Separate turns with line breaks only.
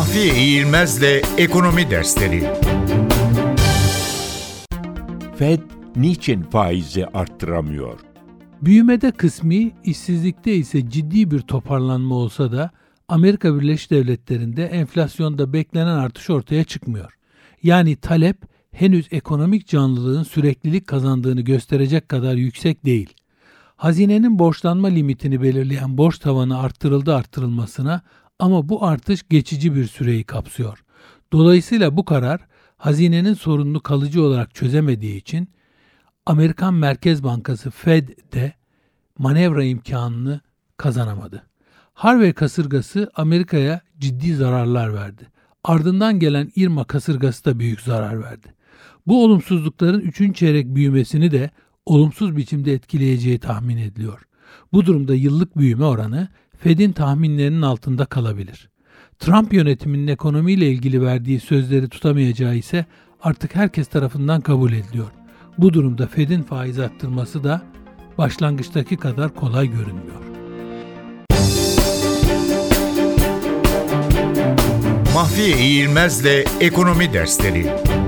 Mahfiye İğilmez'le Ekonomi Dersleri.
Fed niçin faizi arttıramıyor?
Büyümede kısmi, işsizlikte ise ciddi bir toparlanma olsa da Amerika Birleşik Devletleri'nde enflasyonda beklenen artış ortaya çıkmıyor. Yani talep henüz ekonomik canlılığın süreklilik kazandığını gösterecek kadar yüksek değil. Hazinenin borçlanma limitini belirleyen borç tavanı arttırılmasına ama bu artış geçici bir süreyi kapsıyor. Dolayısıyla bu karar hazinenin sorununu kalıcı olarak çözemediği için Amerikan Merkez Bankası Fed de manevra imkanını kazanamadı. Harvey kasırgası Amerika'ya ciddi zararlar verdi. Ardından gelen Irma kasırgası da büyük zarar verdi. Bu olumsuzlukların 3. çeyrek büyümesini de olumsuz biçimde etkileyeceği tahmin ediliyor. Bu durumda yıllık büyüme oranı Fed'in tahminlerinin altında kalabilir. Trump yönetiminin ekonomiyle ilgili verdiği sözleri tutamayacağı ise artık herkes tarafından kabul ediliyor. Bu durumda Fed'in faiz arttırması da başlangıçtaki kadar kolay görünmüyor.
Mahfiye İğilmez'le Ekonomi Dersleri.